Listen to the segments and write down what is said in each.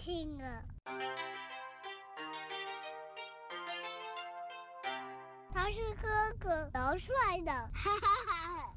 听了。他是哥哥，老帅的，哈哈哈。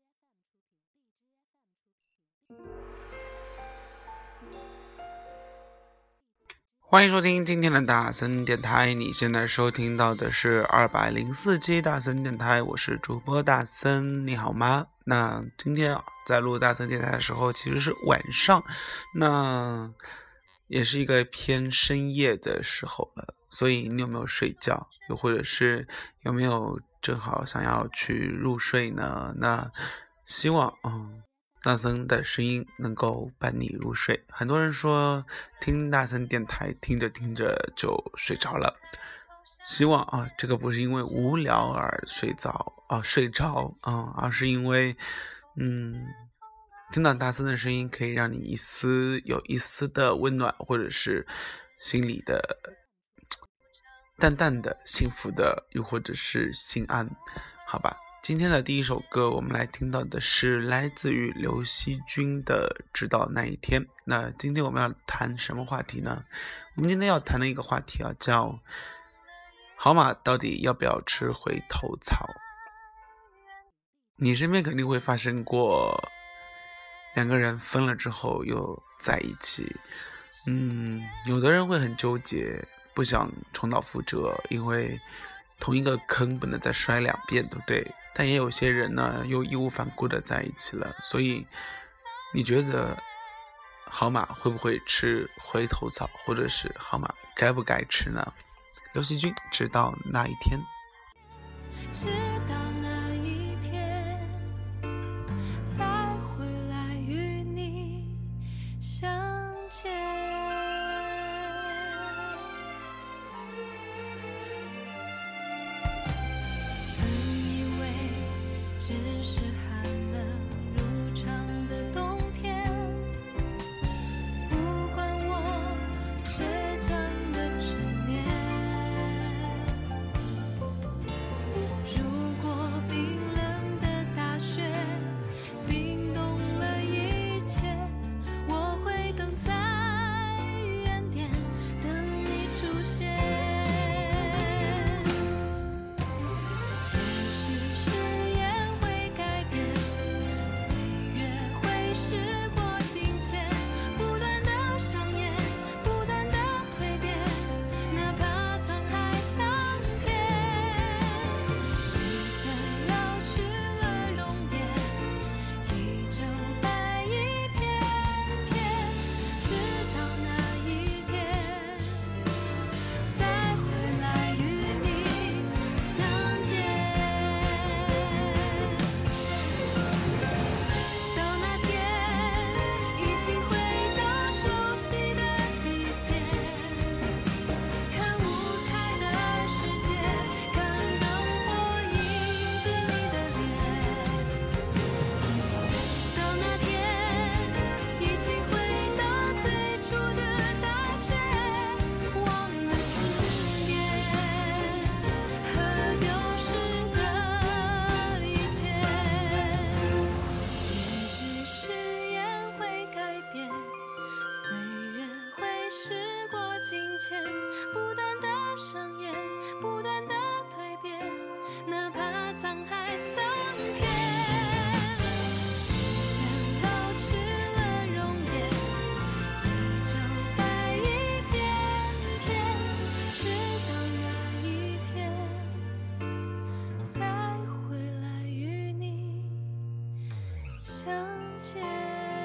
欢迎收听今天的大森电台，你现在收听到的是204期大森电台，我是主播大森，你好吗？那今天在录大森电台的时候其实是晚上，那也是一个偏深夜的时候了，所以你有没有睡觉？又或者是有没有正好想要去入睡呢？那希望大森的声音能够伴你入睡。很多人说听大森电台听着听着就睡着了，希望这个不是因为无聊而睡着，而是因为听到大森的声音可以让你有一丝的温暖，或者是心里的淡淡的幸福的，又或者是心安，好吧。今天的第一首歌我们来听到的是来自于刘惜君的直到那一天。那今天我们要谈什么话题呢？我们今天要谈的一个话题叫好马到底要不要吃回头草。你身边肯定会发生过两个人分了之后又在一起，有的人会很纠结，不想重蹈覆辙，因为同一个坑不能再摔两遍，对不对？但也有些人呢又义无反顾的在一起了，所以你觉得好马会不会吃回头草，或者是好马该不该吃呢？刘惜君直到那一天， 直到那一天再回来与你相见。曾以为只是寒冷如常的冬天，不管我倔强的执念，如果冰冷的大雪冰冻了一切，我会等在原点等你出现。也许誓言会改变，岁月会时过境迁，不断的上演，不断的蜕变，哪怕沧海桑田。时间老去了容颜，依旧白衣翩翩，直到那一天再回来与你相见。到那天一起回到熟悉的地点，看五彩的世界，看灯火映着你的脸。到那天一起回到最初的大学，忘了执念和丢失的一切。也许誓言会改变，岁月会时过境迁，不断的上演，不断的蜕变，哪怕沧海桑田。时间老去了容颜，依旧白衣翩翩，直到那一天再回来与你相见。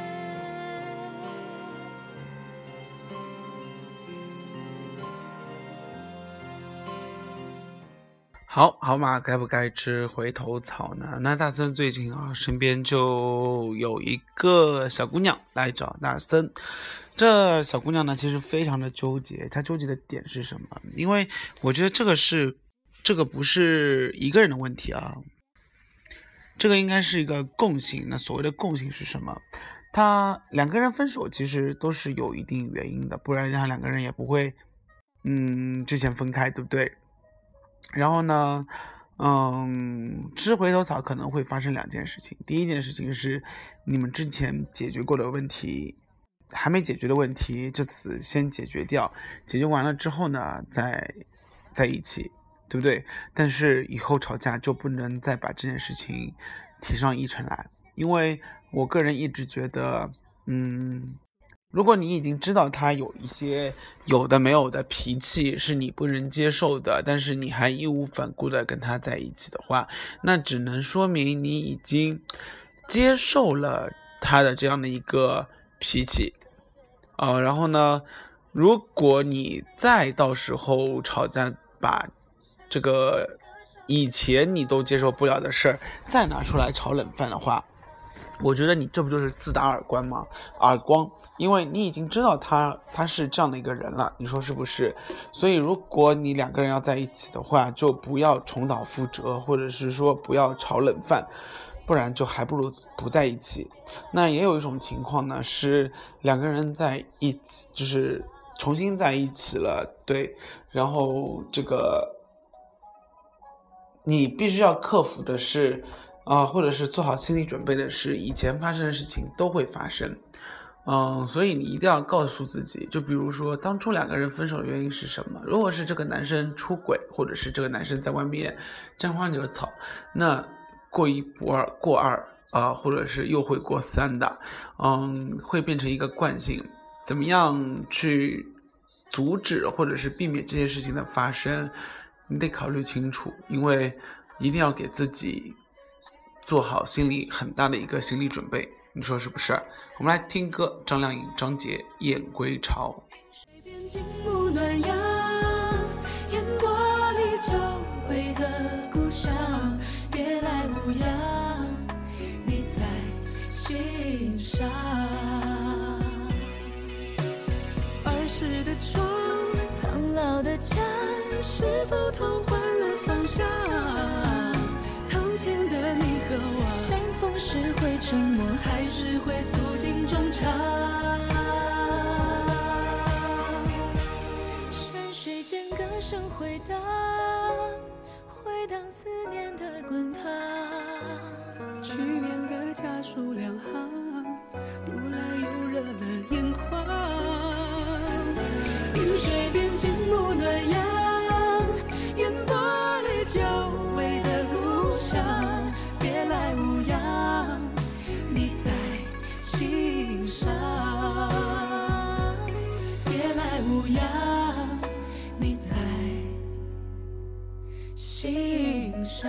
好马该不该吃回头草呢？那大森最近身边就有一个小姑娘来找大森，这小姑娘呢其实非常的纠结，她纠结的点是什么？因为我觉得这个不是一个人的问题啊，这个应该是一个共性。那所谓的共性是什么？两个人分手其实都是有一定原因的，不然两个人也不会之前分开，对不对？然后呢吃回头草可能会发生两件事情。第一件事情是你们之前解决过的问题还没解决的问题，这次先解决掉，解决完了之后呢，再在一起，对不对？但是以后吵架就不能再把这件事情提上议程来，因为我个人一直觉得，如果你已经知道他有一些有的没有的脾气是你不能接受的，但是你还义无反顾的跟他在一起的话，那只能说明你已经接受了他的这样的一个脾气然后呢，如果你再到时候吵架把这个以前你都接受不了的事儿再拿出来炒冷饭的话，我觉得你这不就是自打耳光，因为你已经知道他是这样的一个人了，你说是不是？所以如果你两个人要在一起的话，就不要重蹈覆辙，或者是说不要炒冷饭，不然就还不如不在一起。那也有一种情况呢，是两个人在一起，就是重新在一起了，对，然后这个你必须要克服的是或者是做好心理准备的是，以前发生的事情都会发生。所以你一定要告诉自己，就比如说当初两个人分手的原因是什么？如果是这个男生出轨，或者是这个男生在外面沾花惹草，那过一不二，过二或者是又会过三的，会变成一个惯性。怎么样去阻止或者是避免这些事情的发生？你得考虑清楚，因为一定要给自己做好心理很大的一个心理准备，你说是不是？我们来听歌，张靓颖、张杰《燕归巢》。 水边静沐暖阳，烟波里久违的故乡，别来无恙，你在心上。儿时的窗，苍老的家，是否同换了方向？堂前的你和我，相逢时会沉默，还是会诉尽衷肠？山水间歌声回荡，回荡思念的滚烫。去年的家书两行，读来又热了眼眶。云水边静沐暖阳，烟波里久违的故乡，别来无恙，你在心上。别来无恙，你在心上。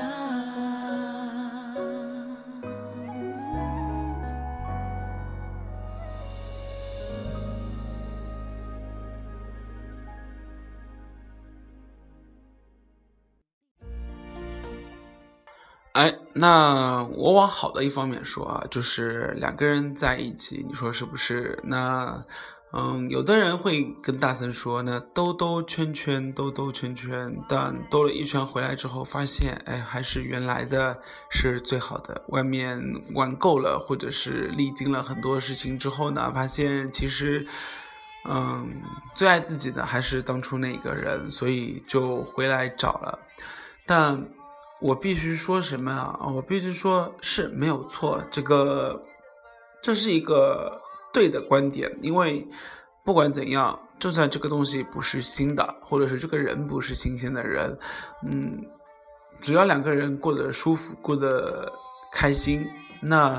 那我往好的一方面说就是两个人在一起，你说是不是？那有的人会跟大森说呢，兜兜圈圈，但兜了一圈回来之后发现，还是原来的是最好的。外面玩够了，或者是历经了很多事情之后呢，发现其实最爱自己的还是当初那个人，所以就回来找了。但我必须说什么我必须说是没有错，这是一个对的观点，因为不管怎样，就算这个东西不是新的，或者是这个人不是新鲜的人，只要两个人过得舒服，过得开心，那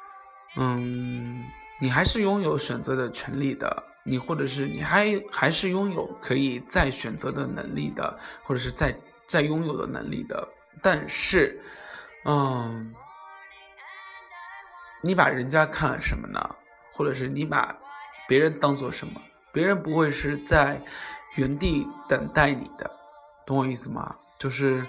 你还是拥有选择的权利的，你或者是你还是拥有可以再选择的能力的，或者是再拥有的能力的。但是你把人家看了什么呢？或者是你把别人当做什么？别人不会是在原地等待你的，懂我意思吗？就是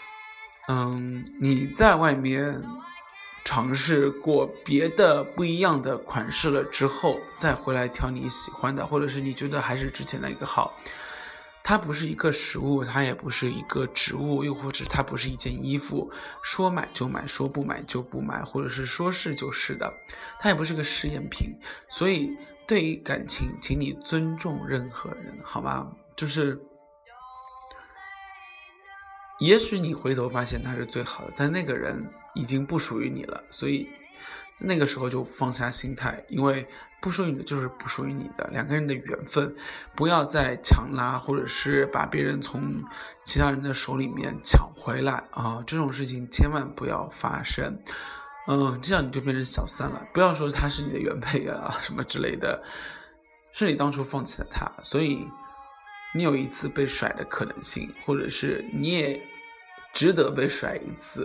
你在外面尝试过别的不一样的款式了之后，再回来挑你喜欢的，或者是你觉得还是之前的一个好。它不是一个食物，它也不是一个植物，又或者它不是一件衣服，说买就买，说不买就不买，或者是说是就是的，它也不是个试验品。所以对于感情，请你尊重任何人，好吗？就是也许你回头发现他是最好的，但那个人已经不属于你了，所以那个时候就放下心态，因为不属于你的就是不属于你的，两个人的缘分不要再强拉，或者是把别人从其他人的手里面抢回来啊，这种事情千万不要发生。这样你就变成小三了，不要说他是你的原配啊什么之类的，是你当初放弃了他，所以你有一次被甩的可能性，或者是你也值得被甩一次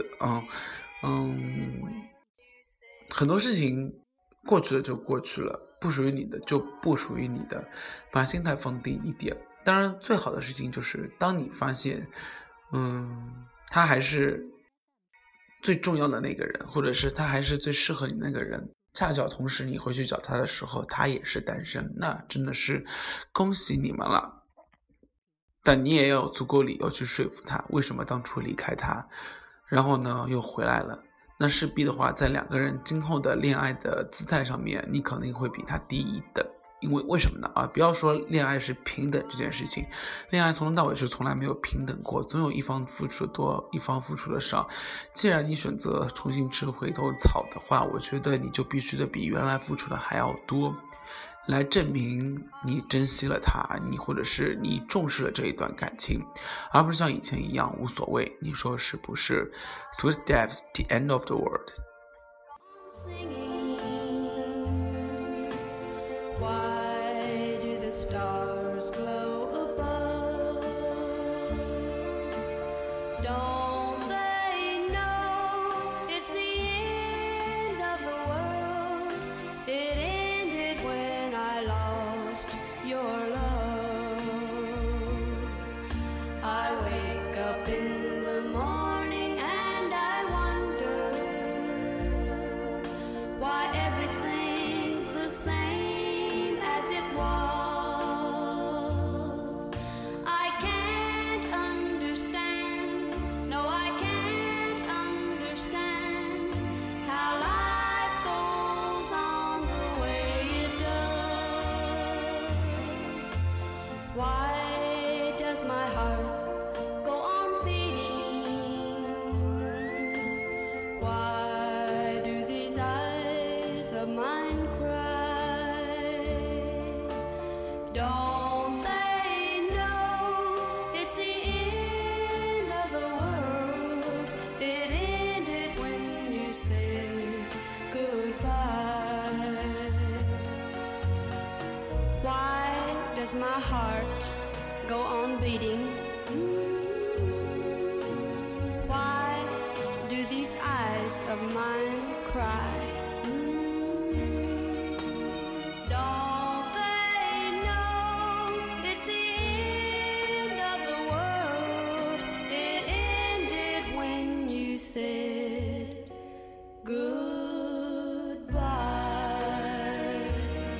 很多事情过去了就过去了，不属于你的就不属于你的，把心态放低一点。当然最好的事情就是当你发现他还是最重要的那个人，或者是他还是最适合你那个人，恰巧同时你回去找他的时候他也是单身，那真的是恭喜你们了。但你也要有足够理由去说服他为什么当初离开他，然后呢又回来了，那势必的话在两个人今后的恋爱的姿态上面你肯定会比他低一等。因为什么呢不要说恋爱是平等这件事情，恋爱从头到尾是从来没有平等过，总有一方付出的多一方付出的少。既然你选择重新吃回头草的话，我觉得你就必须得比原来付出的还要多，来证明你珍惜了他，你或者是你重视了这一段感情，而不是像以前一样无所谓。你说是不是 ？Sweet death, the end of the world. Why do the stars glow above? Don't they know it's the end of the world? It ended when I lost your love. I wake up in the morning and I wonder why everything's the same as it was. I can't understand, no I can't understand how life goes on the way it does. Why does my heart go on beating? Why do these eyes of mine cry? Don't they know it's the end of the world? It ended when you said goodbye. Why does my heart go on beating? Why do these eyes of mine cry? Don't they know it's the end of the world? It ended when you said goodbye.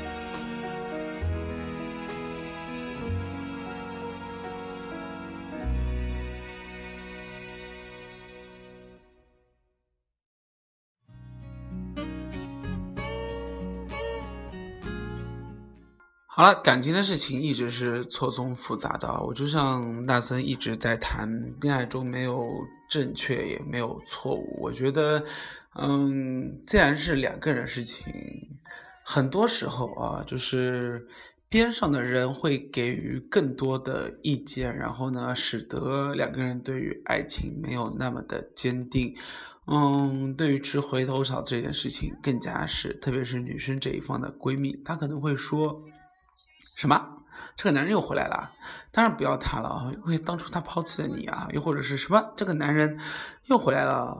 好了，感情的事情一直是错综复杂的，我就像大森一直在谈，恋爱中没有正确也没有错误。我觉得既然是两个人的事情，很多时候就是边上的人会给予更多的意见，然后呢使得两个人对于爱情没有那么的坚定。对于吃回头草这件事情更加是，特别是女生这一方的闺蜜，她可能会说什么这个男人又回来了，当然不要他了，因为当初他抛弃了你啊，又或者是什么这个男人又回来了，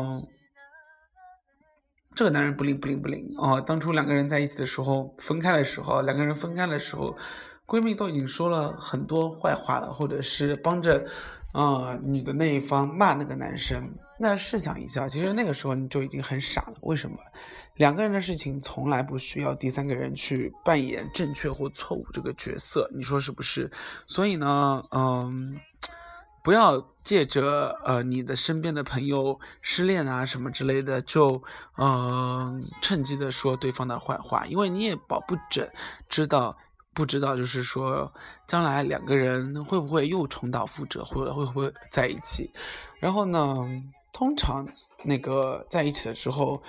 这个男人不灵当初两个人在一起的时候，分开的时候，闺蜜都已经说了很多坏话了，或者是帮着女的那一方骂那个男生。那试想一下，其实那个时候你就已经很傻了。为什么？两个人的事情从来不需要第三个人去扮演正确或错误这个角色，你说是不是？所以呢不要借着你的身边的朋友失恋啊什么之类的，就趁机的说对方的坏话，因为你也保不准不知道就是说将来两个人会不会又重蹈覆辙，或者会不会在一起。然后呢通常那个在一起了之后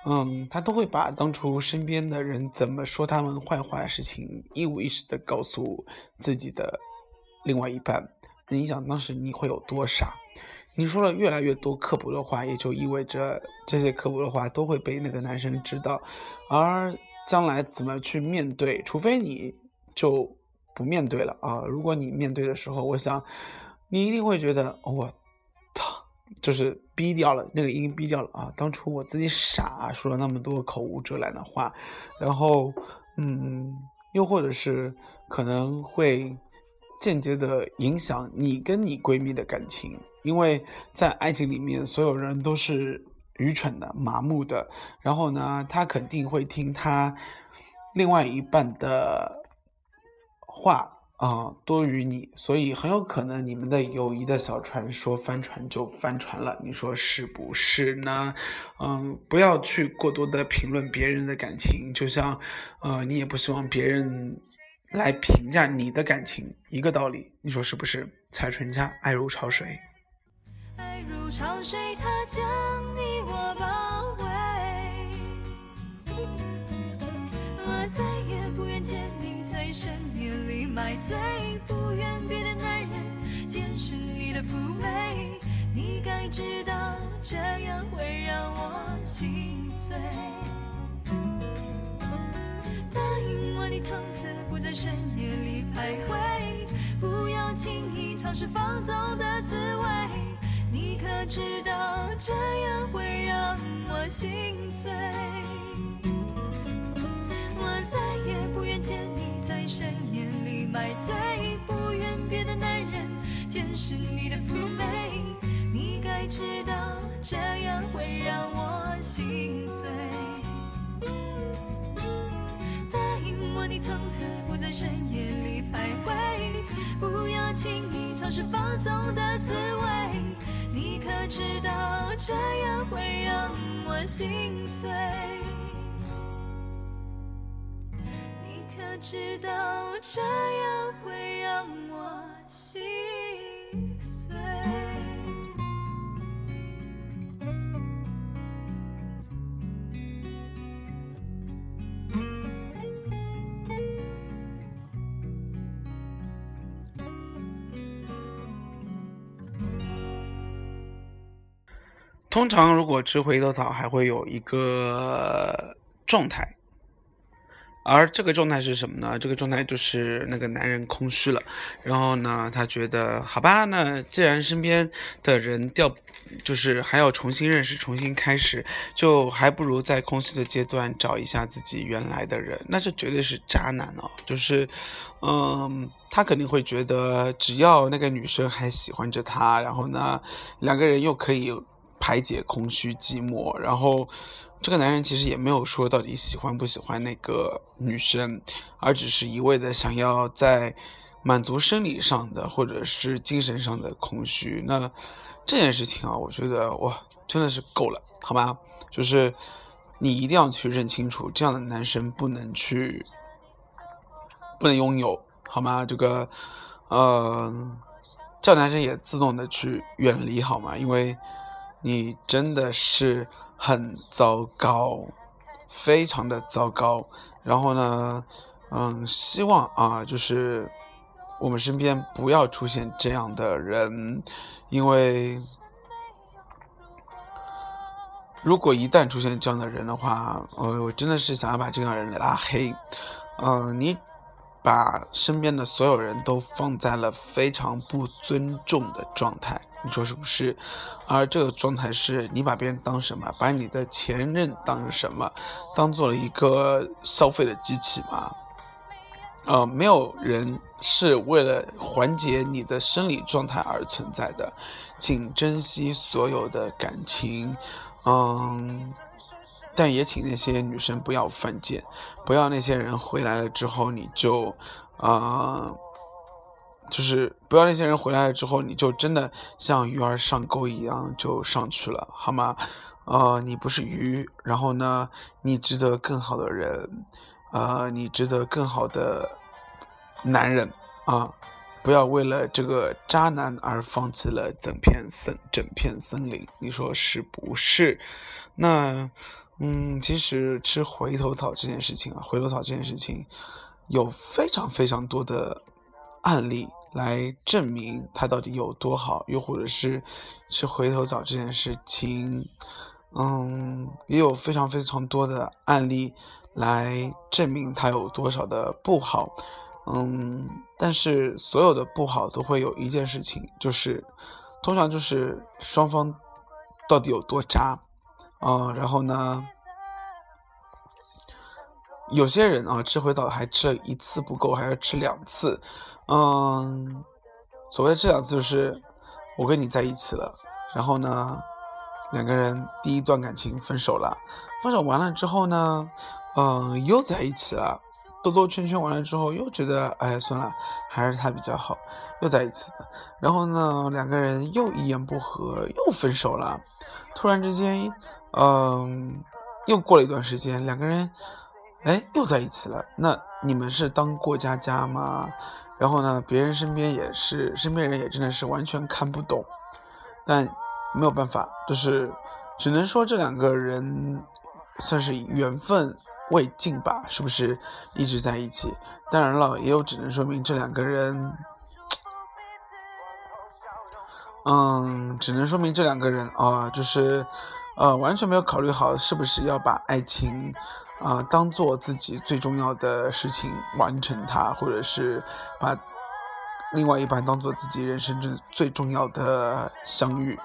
他都会把当初身边的人怎么说他们坏话的事情一五一十的告诉自己的另外一半。那你想当时你会有多傻？你说了越来越多刻薄的话，也就意味着这些刻薄的话都会被那个男生知道，而将来怎么去面对，除非你就不面对了啊。如果你面对的时候，我想你一定会觉得我操，就是逼掉了那个音逼掉了啊！当初我自己傻，说了那么多口无遮拦的话，然后又或者是可能会间接的影响你跟你闺蜜的感情，因为在爱情里面，所有人都是愚蠢的、麻木的，然后呢，他肯定会听他另外一半的话多于你，所以很有可能你们的友谊的小船说翻船就翻船了，你说是不是呢？不要去过多的评论别人的感情，就像你也不希望别人来评价你的感情，一个道理，你说是不是？蔡淳佳，爱如潮水。 爱如潮水，它将你我包围。我再也不愿见你在深夜里买醉，不愿别的男人见识你的妩媚。你该知道，这样会让我心碎。答应我，你从此不在深夜里徘徊，不要轻易尝试放纵的滋味。你可知道，这样会让我心碎。我再也不愿见你在深夜里买醉，不愿别的男人见识你的妩媚。你该知道，这样会让我心碎。答应我，你从此不在深夜里徘徊，不要轻易尝试放纵的滋味。你可知道，这样会让我心碎。你可知道，这样会让我心碎。 通常如果吃回头草还会有一个状态，而这个状态是什么呢？这个状态就是那个男人空虚了，然后呢他觉得好吧，那既然身边的人就是还要重新认识重新开始，就还不如在空虚的阶段找一下自己原来的人。那这绝对是渣男哦，就是他肯定会觉得只要那个女生还喜欢着他，然后呢两个人又可以排解空虚寂寞，然后这个男人其实也没有说到底喜欢不喜欢那个女生，而只是一味的想要在满足生理上的或者是精神上的空虚。那这件事情啊，我觉得哇真的是够了，好吗？就是你一定要去认清楚，这样的男生不能拥有，好吗？这个这样的男生也自动的去远离，好吗？因为你真的是很糟糕，非常的糟糕。然后呢希望就是我们身边不要出现这样的人，因为如果一旦出现这样的人的话，我真的是想要把这样的人拉黑。你把身边的所有人都放在了非常不尊重的状态，你说是不是？而这个状态是你把别人当什么？把你的前任当什么？当做了一个消费的机器吗？没有人是为了缓解你的生理状态而存在的，请珍惜所有的感情。但也请那些女生不要犯贱，不要那些人回来了之后你就是不要那些人回来了之后你就真的像鱼儿上钩一样就上去了，好吗？你不是鱼，然后呢你值得更好的人，你值得更好的男人不要为了这个渣男而放弃了整片森林，你说是不是？那其实吃回头草这件事情有非常非常多的案例来证明它到底有多好，又或者是吃回头草这件事情，也有非常非常多的案例来证明它有多少的不好。但是所有的不好都会有一件事情，就是通常就是双方到底有多渣然后呢，有些人吃回头草还吃了一次不够，还要吃2次。所谓这2次就是我跟你在一起了，然后呢2个人第一段感情分手了，分手完了之后呢又在一起了，兜兜圈圈完了之后又觉得算了，还是他比较好，又在一起的。然后呢2个人又一言不合又分手了，突然之间又过了一段时间，2个人又在一起了。那你们是当过家家吗？然后呢别人身边人也真的是完全看不懂，但没有办法，就是只能说这2个人算是缘分未尽吧，是不是一直在一起？当然了，也有只能说明这2个人只能说明这2个人就是完全没有考虑好是不是要把爱情当做自己最重要的事情完成它，或者是把另外一半当做自己人生中最重要的相遇。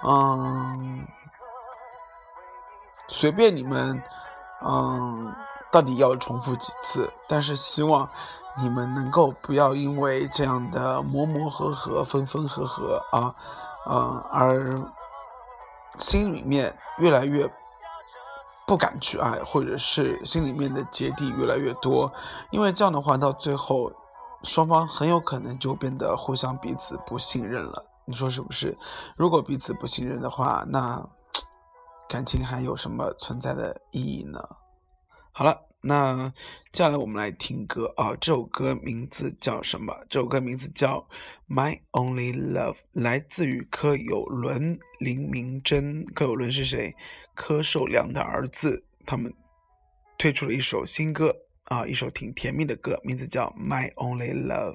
随便你们到底要重复几次，但是希望你们能够不要因为这样的磨磨合合分分合合而心里面越来越不敢去爱，或者是心里面的芥蒂越来越多。因为这样的话到最后双方很有可能就变得互相彼此不信任了，你说是不是？如果彼此不信任的话，那感情还有什么存在的意义呢？好了，那接下来我们来听歌这首歌名字叫什么？这首歌名字叫 My Only Love， 来自于柯有伦、林明珍。柯有伦是谁？柯受良的儿子。他们推出了一首新歌一首挺甜蜜的歌，名字叫 My Only Love。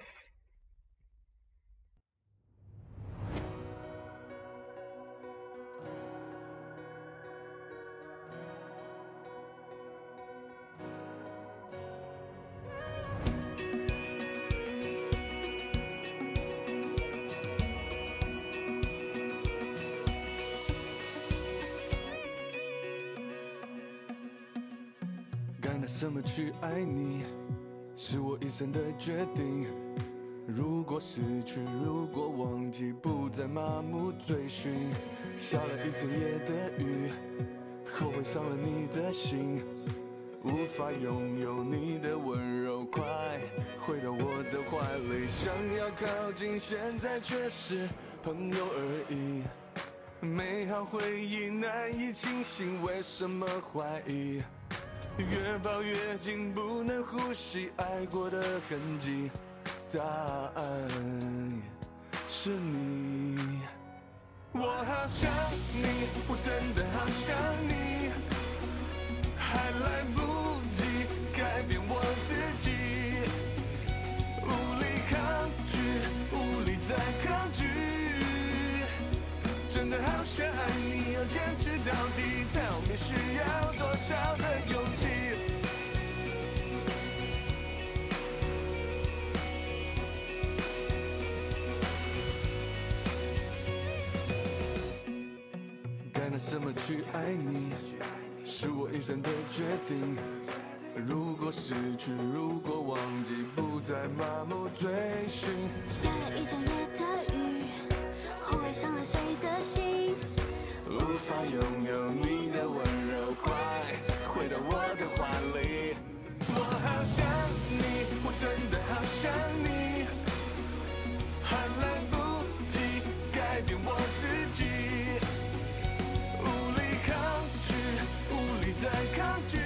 拿什么去爱你，是我一生的决定。如果失去，如果忘记，不再麻木追寻。下了一整夜的雨，后悔伤了你的心，无法拥有你的温柔，快回到我的怀里。想要靠近，现在却是朋友而已。美好回忆难以清醒，为什么怀疑？越抱越紧，不能呼吸，爱过的痕迹，答案是你。我好想你，我真的好想你，还来不及改变我自己，无力抗拒，无力再抗拒，真的好想爱你，要坚持到底。Tell me 需要多少的勇气？该拿什么去爱你，是我一生的决定。如果失去，如果忘记，不再麻木追寻。 下了一整夜的雨，后悔伤了谁的心， 无法拥有你的温柔，快回到我的怀里。我好想你，我真的好想你，还来不及改变我自己，无力抗拒，无力再抗拒，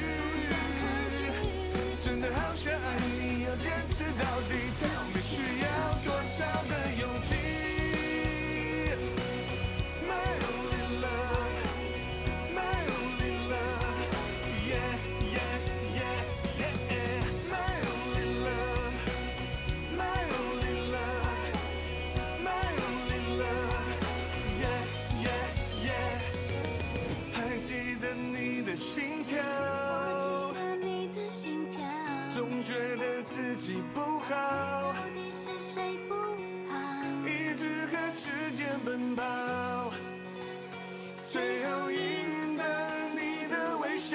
真的好想爱你，要坚持到底。Tell me 需要多少的勇气？My only love, my 己不好， 到底是谁不好？ 一直和时间奔跑，最后赢得你的微笑。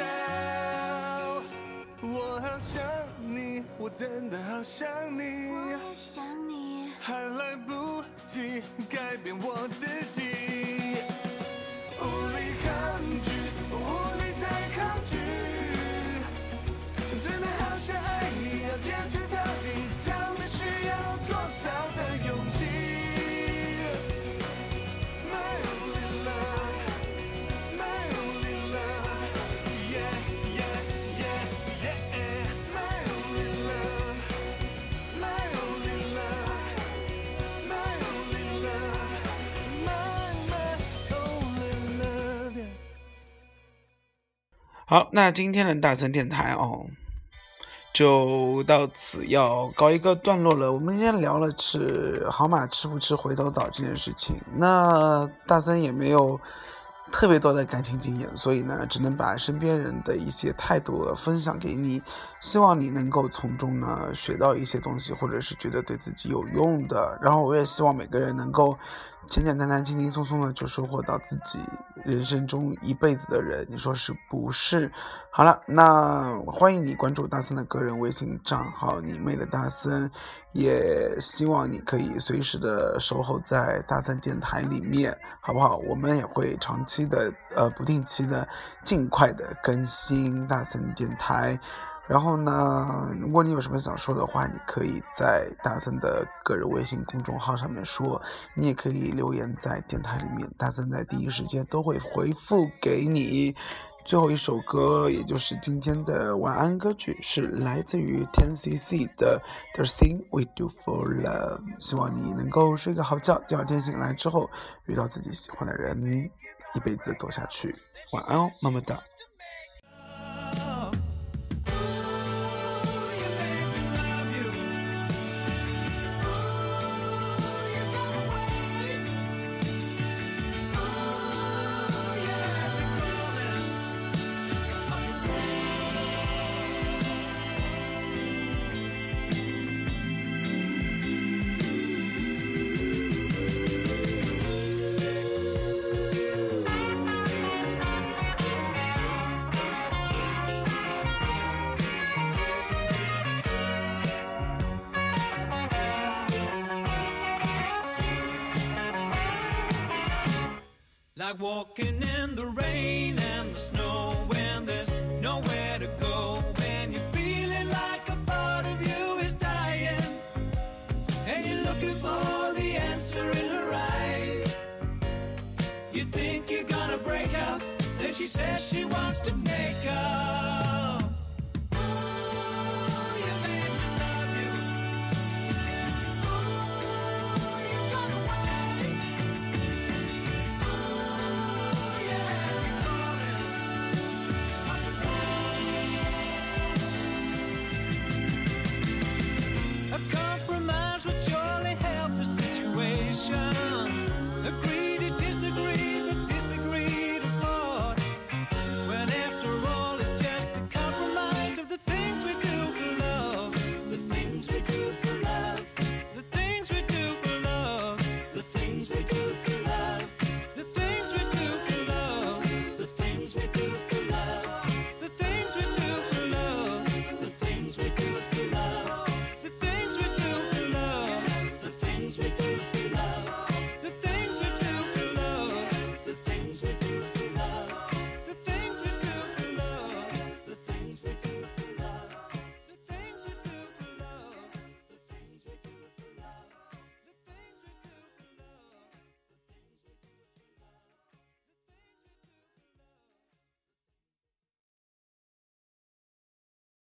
我好想你，我真的好想你， 我也想你， 还来不及改变我自己，无力抗拒，无力再抗拒，真的好想爱你，要坚持到底，他们需要多少的勇气。My only love, my only love, yeah, yeah, yeah, yeah. My only love, my only love, my only love, my only love, yeah. 好，那今天的大森电台就到此要告一个段落了。我们今天聊了好马吃不吃回头草这件事情，那大森也没有特别多的感情经验，所以呢只能把身边人的一些态度分享给你，希望你能够从中呢学到一些东西，或者是觉得对自己有用的。然后我也希望每个人能够简简单单轻轻松松的就收获到自己人生中一辈子的人，你说是不是？好了，那欢迎你关注大森的个人微信账号你妹的大森，也希望你可以随时的守候在大森电台里面，好不好？我们也会长期的不定期的尽快的更新大森电台。然后呢，如果你有什么想说的话，你可以在大森的个人微信公众号上面说，你也可以留言在电台里面，大森在第一时间都会回复给你。最后一首歌，也就是今天的晚安歌曲，是来自于 10cc 的 The Thing We Do For Love。希望你能够睡个好觉，第二天醒来之后遇到自己喜欢的人，一辈子走下去。晚安哦，么么哒。 Like walking in the rain and the snow when there's nowhere to go, when you're feeling like a part of you is dying and you're looking for the answer in her eyes. You think you're gonna break up, then she says she wants to make up.